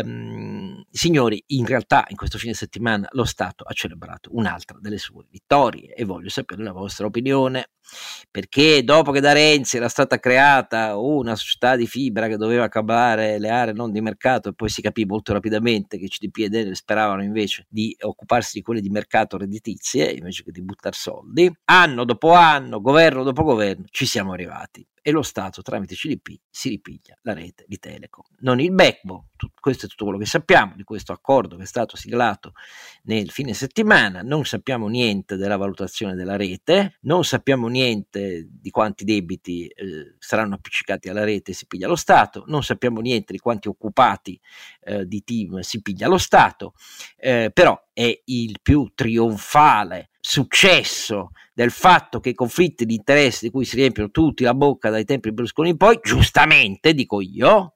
ehm, signori, in realtà in questo fine settimana lo Stato ha celebrato un'altra delle sue vittorie e voglio sapere la vostra opinione, perché dopo che da Renzi era stata creata una società di fibra che doveva cablare le aree non di mercato, e poi si capì molto rapidamente che C D P ed Enel speravano invece di occuparsi di quelle di mercato redditizie invece che di buttare soldi, anno dopo anno, governo dopo governo, ci siamo arrivati e lo Stato tramite C D P si ripiglia la rete di Telecom, non il backbone. Questo è tutto quello che sappiamo di questo accordo che è stato siglato nel fine settimana. Non sappiamo niente della valutazione della rete, non sappiamo niente di quanti debiti eh, saranno appiccicati alla rete e si piglia lo Stato, non sappiamo niente di quanti occupati eh, di team si piglia lo Stato, eh, però è il più trionfale successo del fatto che i conflitti di interesse di cui si riempiono tutti la bocca dai tempi di Berlusconi in poi, giustamente dico io,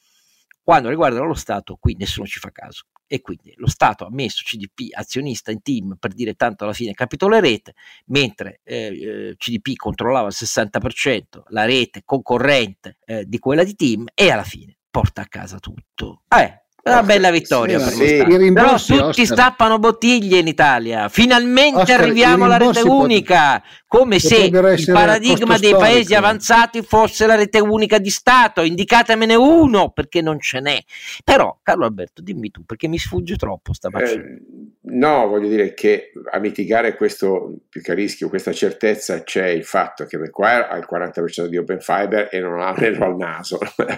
quando riguardano lo Stato qui nessuno ci fa caso, e quindi lo Stato ha messo C D P azionista in team per dire tanto alla fine capito le rete, mentre eh, C D P controllava il sessanta per cento la rete concorrente eh, di quella di team, e alla fine porta a casa tutto. Eh, una Oscar, bella vittoria sì, per sì, lo Stato. Però tutti Oscar. stappano bottiglie in Italia, finalmente Oscar, arriviamo alla rete unica, pot- come se il paradigma dei paesi storico. avanzati fosse la rete unica di Stato. Indicatemene uno, perché non ce n'è. Però Carlo Alberto, dimmi tu, perché mi sfugge troppo sta eh, No, voglio dire che a mitigare questo più che rischio, questa certezza, c'è il fatto che Macquarie ha il quaranta per cento di Open Fiber e non ha l'anello al naso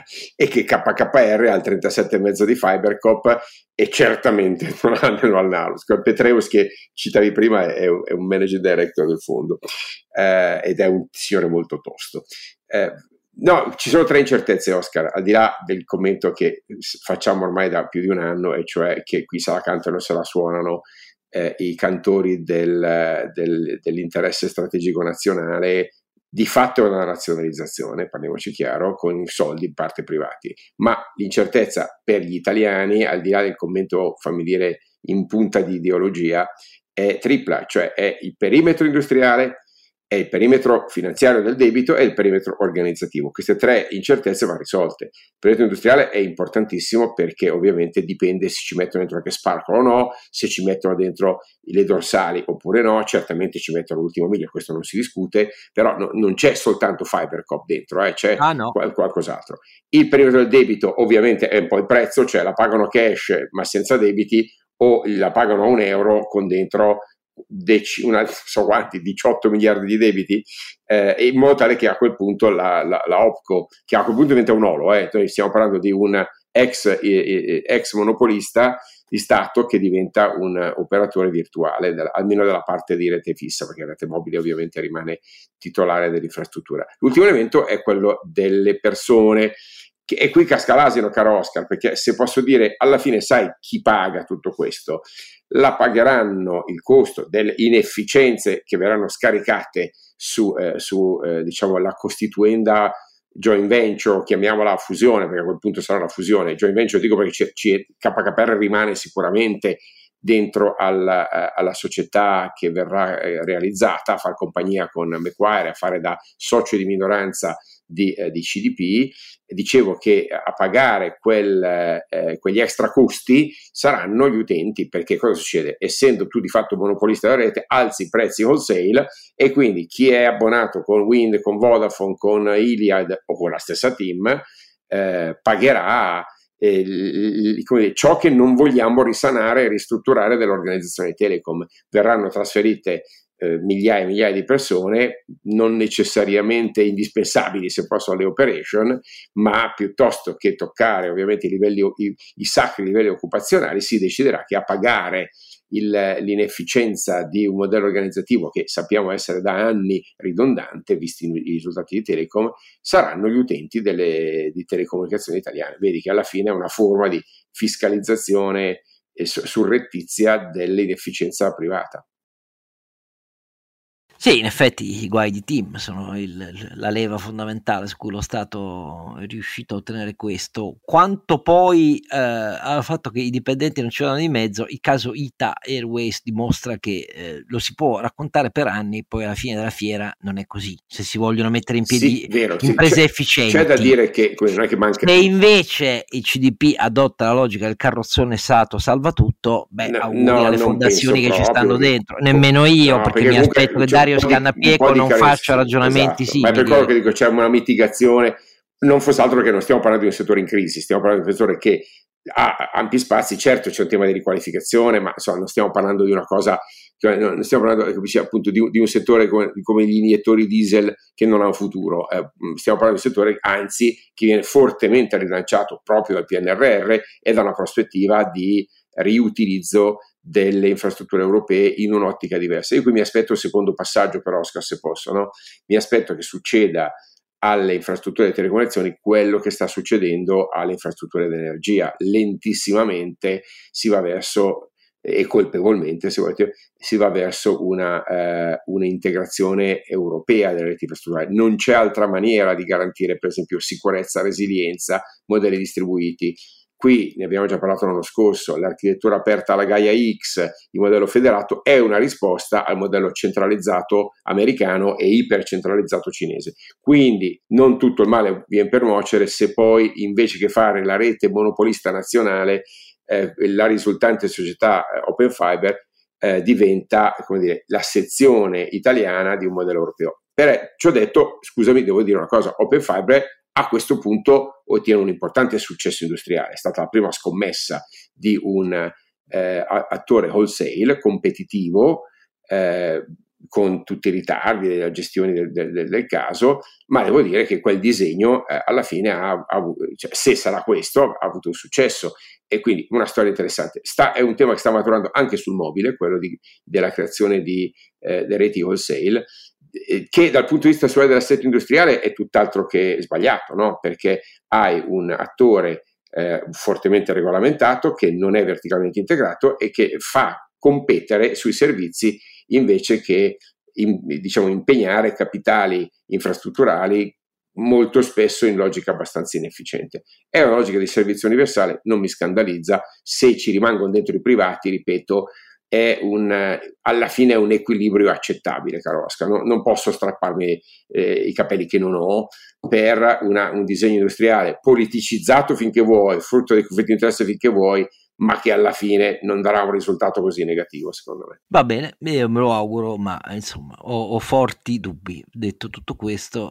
e che K K R ha il trentasette virgola cinque di FiberCop e certamente non ha l'anello al naso. Petreus, che citavi prima, è, è un managing director del fondo eh, ed è un signore molto tosto. Eh, No, ci sono tre incertezze, Oscar, al di là del commento che facciamo ormai da più di un anno, e cioè che qui se la cantano e se la suonano eh, i cantori del, del, dell'interesse strategico nazionale. Di fatto è una nazionalizzazione, parliamoci chiaro, con i soldi in parte privati, ma l'incertezza per gli italiani, al di là del commento, fammi dire, in punta di ideologia, è tripla, cioè è il perimetro industriale, è il perimetro finanziario del debito e il perimetro organizzativo. Queste tre incertezze vanno risolte. Il perimetro industriale è importantissimo perché ovviamente dipende se ci mettono dentro anche Sparkle o no, se ci mettono dentro le dorsali oppure no, certamente ci mettono l'ultimo miglio, questo non si discute, però no, non c'è soltanto FiberCop dentro, eh, c'è ah, no. qual- qualcos'altro. Il perimetro del debito ovviamente è un po' il prezzo, cioè la pagano cash ma senza debiti, o la pagano a un euro con dentro Dec- una, so quanti, diciotto miliardi di debiti, eh, in modo tale che a quel punto la, la, la OPCO, che a quel punto diventa un olo, eh, noi stiamo parlando di un ex, eh, ex monopolista di Stato che diventa un operatore virtuale, del, almeno della parte di rete fissa, perché la rete mobile ovviamente rimane titolare dell'infrastruttura. L'ultimo elemento è quello delle persone, che, e qui casca l'asino, caro Oscar, perché se posso dire, alla fine sai chi paga tutto questo? La pagheranno il costo delle inefficienze che verranno scaricate su, eh, su eh, diciamo, la costituenda joint venture, chiamiamola fusione, perché a quel punto sarà una fusione. Joint venture dico perché c- c- K K R rimane sicuramente dentro alla, eh, alla società che verrà eh, realizzata, a far compagnia con Macquarie, a fare da socio di minoranza di, eh, di C D P. Dicevo che a pagare quel, eh, quegli extra costi saranno gli utenti, perché cosa succede? Essendo tu di fatto monopolista della rete, alzi i prezzi wholesale e quindi chi è abbonato con Wind, con Vodafone, con Iliad o con la stessa TIM eh, pagherà eh, l- l- ciò che non vogliamo risanare e ristrutturare dell'organizzazione Telecom. Verranno trasferite Eh, migliaia e migliaia di persone, non necessariamente indispensabili se posso alle operation, ma piuttosto che toccare ovviamente i livelli, i, i sacri livelli occupazionali, si deciderà che a pagare il, l'inefficienza di un modello organizzativo che sappiamo essere da anni ridondante, visti i risultati di Telecom, saranno gli utenti delle di telecomunicazioni italiane. Vedi che alla fine è una forma di fiscalizzazione eh, surrettizia dell'inefficienza privata. Sì, in effetti i guai di TIM sono il, la leva fondamentale su cui lo Stato è riuscito a ottenere questo. Quanto poi eh, al fatto che i dipendenti non ci vanno di mezzo, il caso Ita Airways dimostra che eh, lo si può raccontare per anni, poi alla fine della fiera non è così. Se si vogliono mettere in piedi sì, vero, imprese sì, c'è, efficienti. C'è da dire che non è che manca. Se invece il C D P adotta la logica del carrozzone Sato salva tutto, beh, no, auguri no, alle fondazioni che ci stanno che, dentro. Nemmeno io, no, perché, perché mi aspetto che Dario Scannapieco non faccia ragionamenti esatto, simili. ma è per quello che dico, c'è una mitigazione, non fosse altro che non stiamo parlando di un settore in crisi, stiamo parlando di un settore che ha ampi spazi. Certo c'è un tema di riqualificazione, ma insomma non stiamo parlando di una cosa, cioè, non stiamo parlando appunto di un, di un settore come, come gli iniettori diesel che non ha un futuro, eh, stiamo parlando di un settore anzi che viene fortemente rilanciato proprio dal P N R R e da una prospettiva di riutilizzo delle infrastrutture europee in un'ottica diversa. Io qui mi aspetto il secondo passaggio, però, Oscar, se posso, no? Mi aspetto che succeda alle infrastrutture di telecomunicazioni quello che sta succedendo alle infrastrutture di energia. Lentissimamente si va verso, e colpevolmente se volete, si va verso una, eh, una integrazione europea delle reti infrastrutturali. Non c'è altra maniera di garantire, per esempio, sicurezza, resilienza, modelli distribuiti. Qui ne abbiamo già parlato l'anno scorso, l'architettura aperta alla Gaia X, il modello federato, è una risposta al modello centralizzato americano e ipercentralizzato cinese. Quindi non tutto il male viene per nuocere se poi invece che fare la rete monopolista nazionale, eh, la risultante società eh, Open Fiber eh, diventa, come dire, la sezione italiana di un modello europeo. Per ciò detto, scusami, devo dire una cosa, Open Fiber a questo punto ottiene un importante successo industriale, è stata la prima scommessa di un eh, attore wholesale, competitivo, eh, con tutti i ritardi della gestione del, del, del caso, ma devo dire che quel disegno eh, alla fine ha, ha cioè, se sarà questo, ha avuto un successo, e quindi una storia interessante. Sta, è un tema che sta maturando anche sul mobile, quello di, della creazione di eh, delle reti wholesale, eh, che dal punto di vista dell'assetto industriale è tutt'altro che sbagliato, no? Perché hai un attore eh, fortemente regolamentato che non è verticalmente integrato e che fa competere sui servizi invece che in, diciamo, impegnare capitali infrastrutturali molto spesso in logica abbastanza inefficiente. È una logica di servizio universale, non mi scandalizza, se ci rimangono dentro i privati, ripeto, è un, alla fine è un equilibrio accettabile, caro Oscar. No, non posso strapparmi eh, i capelli che non ho per una, un disegno industriale politicizzato finché vuoi, frutto dei conflitti di interesse finché vuoi, ma che alla fine non darà un risultato così negativo, secondo me. Va bene, io me lo auguro, ma insomma ho, ho forti dubbi. Detto tutto questo,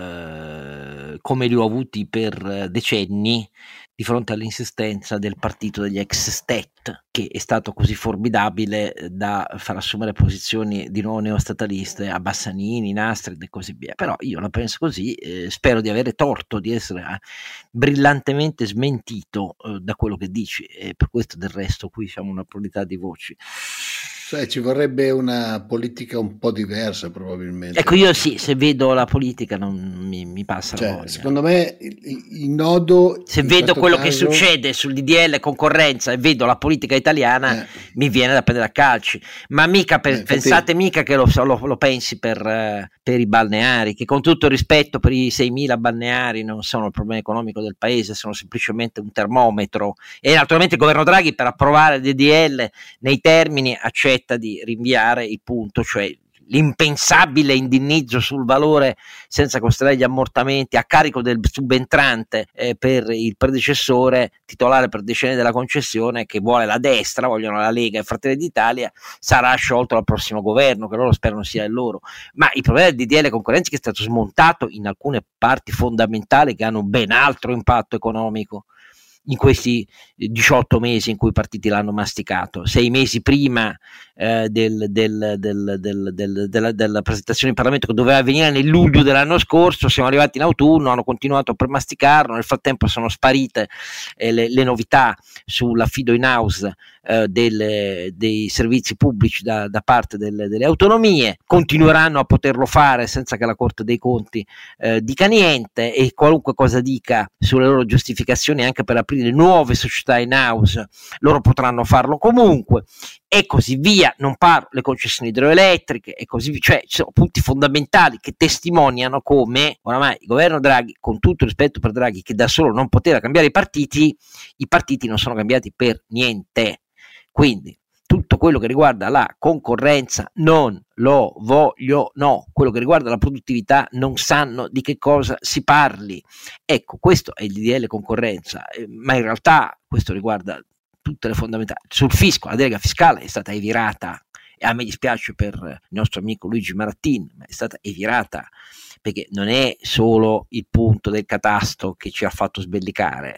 eh, come li ho avuti per decenni di fronte all'insistenza del partito degli ex-stat, che è stato così formidabile da far assumere posizioni di nuovo neostataliste a Bassanini, Nastri e così via. Però io la penso così, eh, spero di avere torto, di essere eh, brillantemente smentito eh, da quello che dici, e per questo del resto qui siamo una pluralità di voci. Cioè, ci vorrebbe una politica un po' diversa probabilmente. Ecco, io sì, se vedo la politica non mi, mi passa cioè, la voglia. Secondo me il, il nodo, se vedo quello caso... che succede sul D D L concorrenza e vedo la politica italiana, eh. mi viene da prendere a calci, ma mica per, eh, pensate infatti... mica che lo, lo, lo pensi per, uh, per i balneari, che con tutto il rispetto per i seimila balneari non sono il problema economico del paese, sono semplicemente un termometro, e naturalmente il governo Draghi per approvare il D D L nei termini accetta di rinviare il punto, cioè l'impensabile indennizzo sul valore senza considerare gli ammortamenti a carico del subentrante eh, per il predecessore titolare per decenni della concessione, che vuole la destra, vogliono la Lega e Fratelli d'Italia, sarà sciolto dal prossimo governo, che loro sperano sia il loro. Ma il problema del D D L concorrenza che è stato smontato in alcune parti fondamentali che hanno ben altro impatto economico in questi diciotto mesi in cui i partiti l'hanno masticato, sei mesi prima eh, del, del, del, del, del, della, della presentazione in Parlamento, che doveva avvenire nel luglio dell'anno scorso, siamo arrivati in autunno, hanno continuato per masticarlo, nel frattempo sono sparite eh, le, le novità sull'affido in house eh, delle, dei servizi pubblici da, da parte delle, delle autonomie, continueranno a poterlo fare senza che la Corte dei Conti eh, dica niente, e qualunque cosa dica sulle loro giustificazioni anche per aprire nuove società in house loro potranno farlo comunque, e così via. Non parlo le concessioni idroelettriche e così via, cioè ci sono punti fondamentali che testimoniano come oramai il governo Draghi, con tutto rispetto per Draghi che da solo non poteva cambiare i partiti, i partiti non sono cambiati per niente. Quindi tutto quello che riguarda la concorrenza non lo voglio, no, quello che riguarda la produttività non sanno di che cosa si parli. Ecco, questo è il D D L concorrenza, eh, ma in realtà questo riguarda tutte le fondamentali. Sul fisco, la delega fiscale è stata evirata, e a me dispiace per il nostro amico Luigi Marattin, ma è stata evirata perché non è solo il punto del catasto che ci ha fatto sbellicare,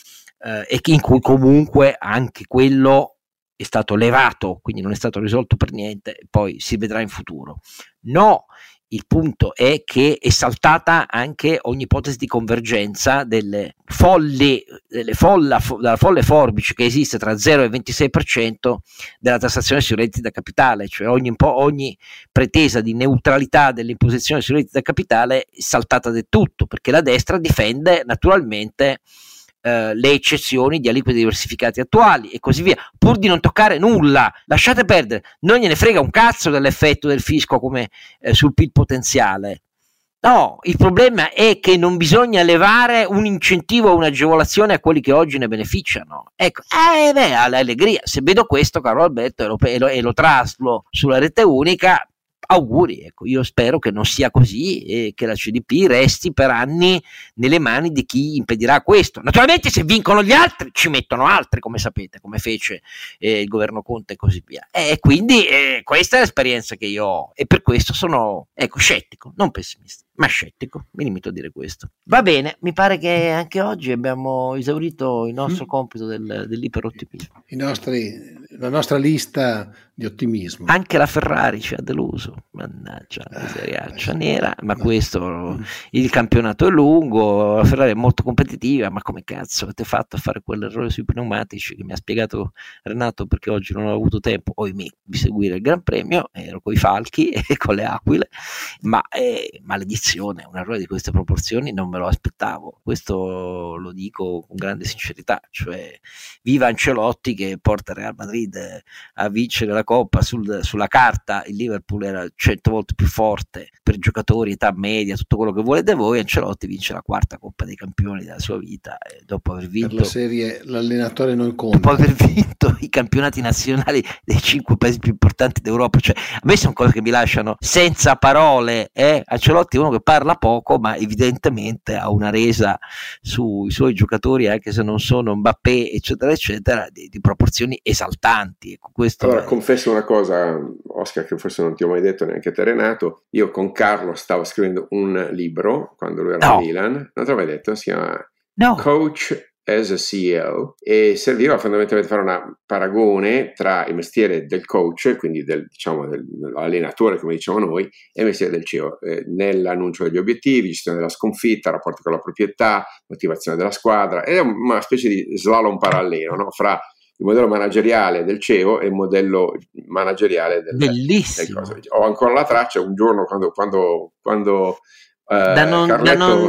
eh, e che in cui comunque anche quello è stato levato, quindi non è stato risolto per niente, poi si vedrà in futuro. No, il punto è che è saltata anche ogni ipotesi di convergenza delle folli, delle folla, della folle forbice che esiste tra zero e ventisei per cento della tassazione sui redditi da capitale, cioè ogni, ogni pretesa di neutralità dell'imposizione sui redditi da capitale è saltata del tutto, perché la destra difende naturalmente Uh, le eccezioni di aliquoti diversificati attuali e così via, pur di non toccare nulla. Lasciate perdere, non gliene frega un cazzo dell'effetto del fisco come eh, sul P I L potenziale. No, il problema è che non bisogna levare un incentivo o un'agevolazione a quelli che oggi ne beneficiano. Ecco, eh beh, all'allegria, se vedo questo, caro Alberto, e lo, e lo, e lo traslo sulla rete unica, auguri, ecco, io spero che non sia così e che la C D P resti per anni nelle mani di chi impedirà questo. Naturalmente se vincono gli altri ci mettono altri, come sapete, come fece eh, il governo Conte e così via, e quindi eh, questa è l'esperienza che io ho, e per questo sono, ecco, scettico, non pessimista, ma scettico, mi limito a dire questo. Va bene, mi pare che anche oggi abbiamo esaurito il nostro mm. compito del, dell'iperottimismo. I nostri la nostra lista di ottimismo. Anche la Ferrari ci ha deluso, mannaggia, miseriaccia eh, nera, ma no. questo, il campionato è lungo, la Ferrari è molto competitiva, ma come cazzo avete fatto a fare quell'errore sui pneumatici che mi ha spiegato Renato, perché oggi non ho avuto tempo, ohimè, di seguire il Gran Premio, ero con i falchi e con le aquile, ma eh, maledizione, un errore di queste proporzioni non me lo aspettavo, questo lo dico con grande sincerità, cioè viva Ancelotti che porta Real Madrid a vincere la Coppa. Sul, sulla carta il Liverpool era cento volte più forte per giocatori, età media, tutto quello che volete voi. Ancelotti vince la quarta Coppa dei Campioni della sua vita, e dopo aver vinto per la serie l'allenatore non conta, dopo aver vinto i campionati nazionali dei cinque paesi più importanti d'Europa. Cioè, a me sono cose che mi lasciano senza parole. eh? Ancelotti è uno che parla poco, ma evidentemente ha una resa sui suoi giocatori, anche se non sono Mbappé eccetera eccetera, di, di proporzioni esaltanti. Ecco, questo allora è... confesso una cosa, Oscar, che forse non ti ho mai detto neanche a te, Renato. Io con Carlo stavo scrivendo un libro quando lui era no. a Milan, non te l'ho mai detto, si chiama no. Coach as a C E O, e serviva fondamentalmente fare un paragone tra il mestiere del coach, quindi del, diciamo, dell'allenatore come diciamo noi, e il mestiere del C E O, eh, nell'annuncio degli obiettivi, gestione della sconfitta, rapporti con la proprietà, motivazione della squadra. È una specie di slalom parallelo, no? Fra il modello manageriale del C E O e il modello manageriale del, bellissimo. del cosa. Ho ancora la traccia, un giorno quando, quando, quando da, non, da, non,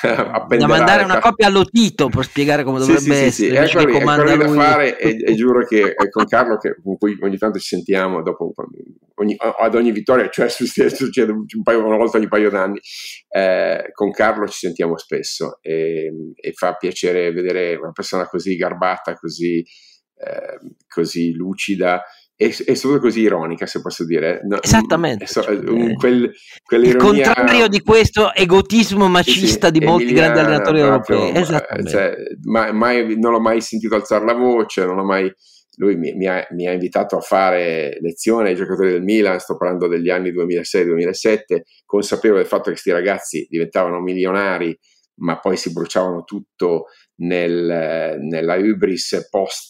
da mandare una copia allo Tito per spiegare come dovrebbe sì, sì, essere, sì, sì. Ecco lì, ecco lì da fare e, e giuro che con Carlo, che, con cui ogni tanto ci sentiamo dopo ogni, ad ogni vittoria, cioè succede un paio, una volta ogni paio d'anni, eh, con Carlo ci sentiamo spesso e, e fa piacere vedere una persona così garbata, così Eh, così lucida e, e soprattutto così ironica, se posso dire. No, esattamente, so, cioè, un, quel, il contrario di questo egotismo macista sì, sì, di molti Emiliana, grandi allenatori europei. Esattamente. Cioè, mai, mai, non l'ho mai sentito alzare la voce, non l'ho mai. Lui mi, mi, ha, mi ha invitato a fare lezione ai giocatori del Milan, sto parlando degli anni duemilasei duemilasette, consapevole del fatto che questi ragazzi diventavano milionari ma poi si bruciavano tutto nel, nella hybris post,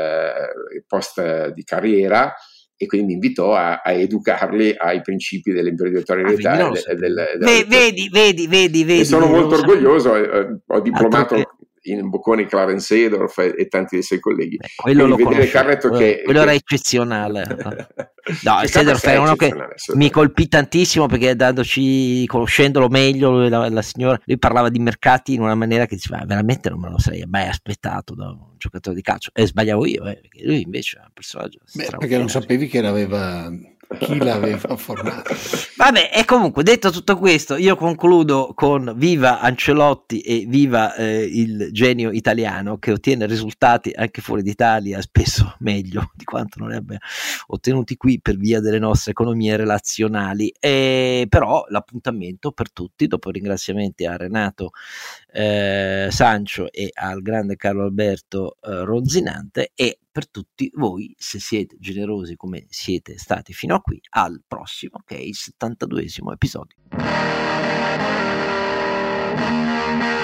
eh, post di carriera, e quindi mi invitò a, a educarli ai principi dell'imprenditorialità. Ah, del, del, del, vedi, vedi, vedi, vedi, vedi. E sono vedi, molto orgoglioso, eh, ho diplomato che... in Bocconi Clarence Seedorf e, e tanti dei suoi colleghi. Beh, quello lo vedere Carletto quello, che quello che... era eccezionale. No, Seedorf era uno che mi colpì tantissimo, perché dandoci, conoscendolo meglio, lui, la, la signora, lui parlava di mercati in una maniera che diceva, veramente non me lo sarei mai aspettato da un giocatore di calcio, e sbagliavo io, eh, perché lui invece è un personaggio. Beh, perché non sapevi che l'aveva, chi l'aveva formato. Vabbè, e comunque, detto tutto questo, io concludo con viva Ancelotti e viva eh, il genio italiano, che ottiene risultati anche fuori d'Italia spesso meglio di quanto non abbia ottenuti qui per via delle nostre economie relazionali. E però l'appuntamento per tutti, dopo ringraziamenti a Renato eh, Sancio e al grande Carlo Alberto eh, Ronzinante, e per tutti voi, se siete generosi come siete stati fino a qui, al prossimo, che è il settantaduesimo episodio.